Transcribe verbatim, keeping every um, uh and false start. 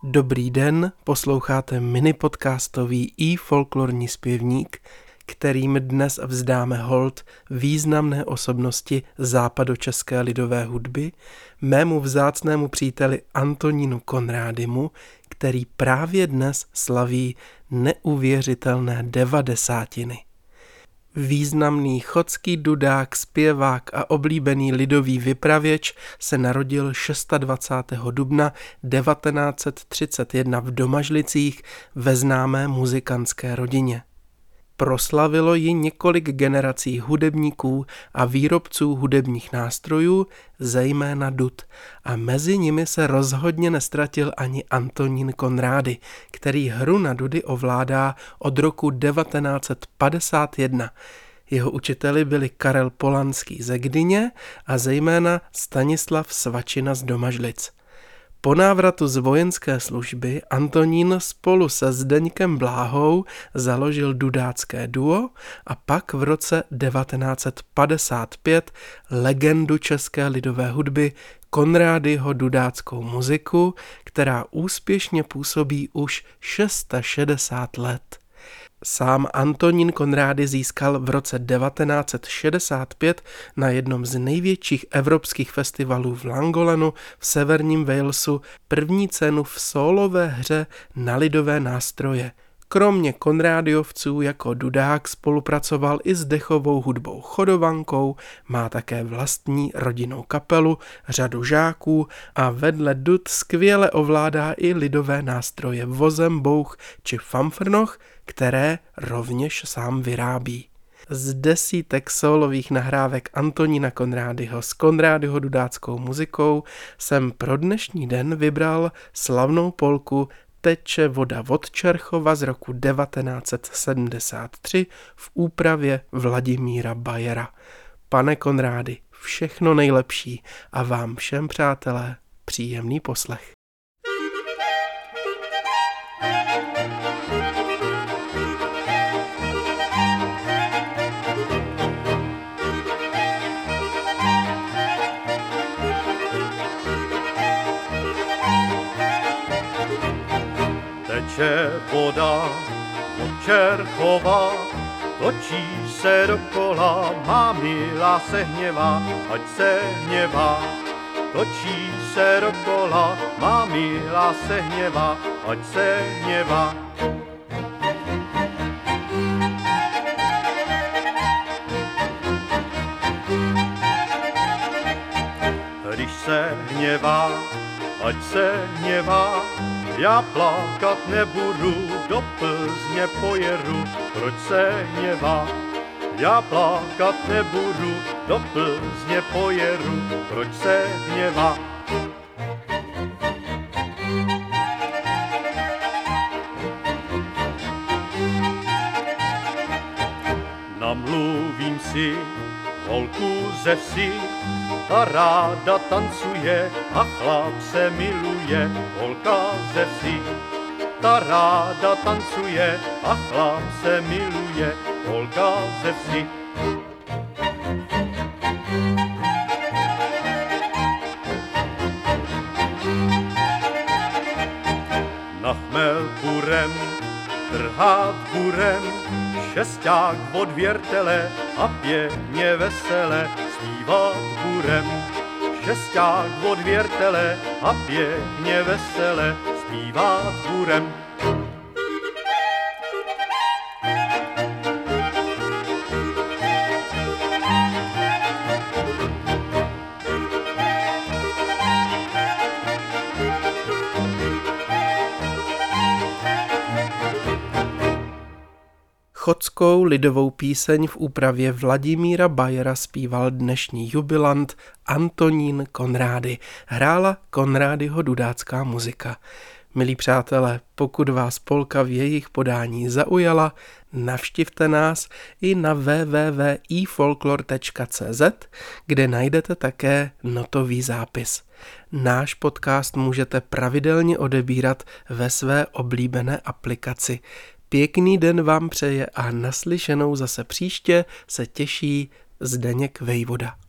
Dobrý den, posloucháte minipodcastový i folklorní zpěvník, kterým dnes vzdáme hold významné osobnosti západočeské lidové hudby, mému vzácnému příteli Antonínu Konrádymu, který právě dnes slaví neuvěřitelné devadesátiny. Významný chotský dudák, zpěvák a oblíbený lidový vypravěč se narodil dvacátého šestého dubna devatenáct set třicet jedna v Domažlicích ve známé muzikantské rodině. Proslavilo ji několik generací hudebníků a výrobců hudebních nástrojů, zejména dud, a mezi nimi se rozhodně nestratil ani Antonín Konrády, který hru na dudy ovládá od roku devatenáct set padesát jedna. Jeho učiteli byli Karel Polanský ze Gdyně a zejména Stanislav Svačina z Domažlic. Po návratu z vojenské služby Antonín spolu se Zdeňkem Bláhou založil dudácké duo a pak v roce devatenáct set padesát pět legendu české lidové hudby Konrádyho dudáckou muziku, která úspěšně působí už šedesát šest let. Sám Antonín Konrády získal v roce devatenáct set šedesát pět na jednom z největších evropských festivalů v Llangolenu v severním Walesu první cenu v sólové hře na lidové nástroje. Kromě Konrádyovců jako dudák spolupracoval i s dechovou hudbou Chodovankou, má také vlastní rodinnou kapelu, řadu žáků a vedle dud skvěle ovládá i lidové nástroje vozem, bouch či famfrnoch, které rovněž sám vyrábí. Z desítek sólových nahrávek Antonína Konrádyho s Konrádyho dudáckou muzikou jsem pro dnešní den vybral slavnou polku Teče voda od Čerchova z roku devatenáct set sedmdesát tři v úpravě Vladimíra Bajera. Pane Konrády, všechno nejlepší a vám všem, přátelé, příjemný poslech. Teče voda od Čerchova, točí se dokola, má milá se hněvá, ať se hněvá. Točí se dokola, má milá se hněvá, ať se hněvá. Když se hněvá, ať se hněvá, já plakat nebudu, do Plzně pojedu, proč se hněvá? Já plakat nebudu, do Plzně pojedu, proč se hněvá? Namluvím si holku ze vsi, ta ráda tancuje a chlap se miluje, holka ze vsi. Ta ráda tancuje a chlap se miluje, holka ze vsi. Na chmel burem, trhat burem, šesták od věrtele a pěkně vesele zpívat burem. Šesták od věrtele a pěkně vesele zpívat burem. Chotskou lidovou píseň v úpravě Vladimíra Bajera zpíval dnešní jubilant Antonín Konrády. Hrála Konrádyho dudácká muzika. Milí přátelé, pokud vás polka v jejich podání zaujala, navštivte nás i na w w w tečka i folklor tečka c z, kde najdete také notový zápis. Náš podcast můžete pravidelně odebírat ve své oblíbené aplikaci. Pěkný den vám přeje a naslyšenou zase příště se těší Zdeněk Vejvoda.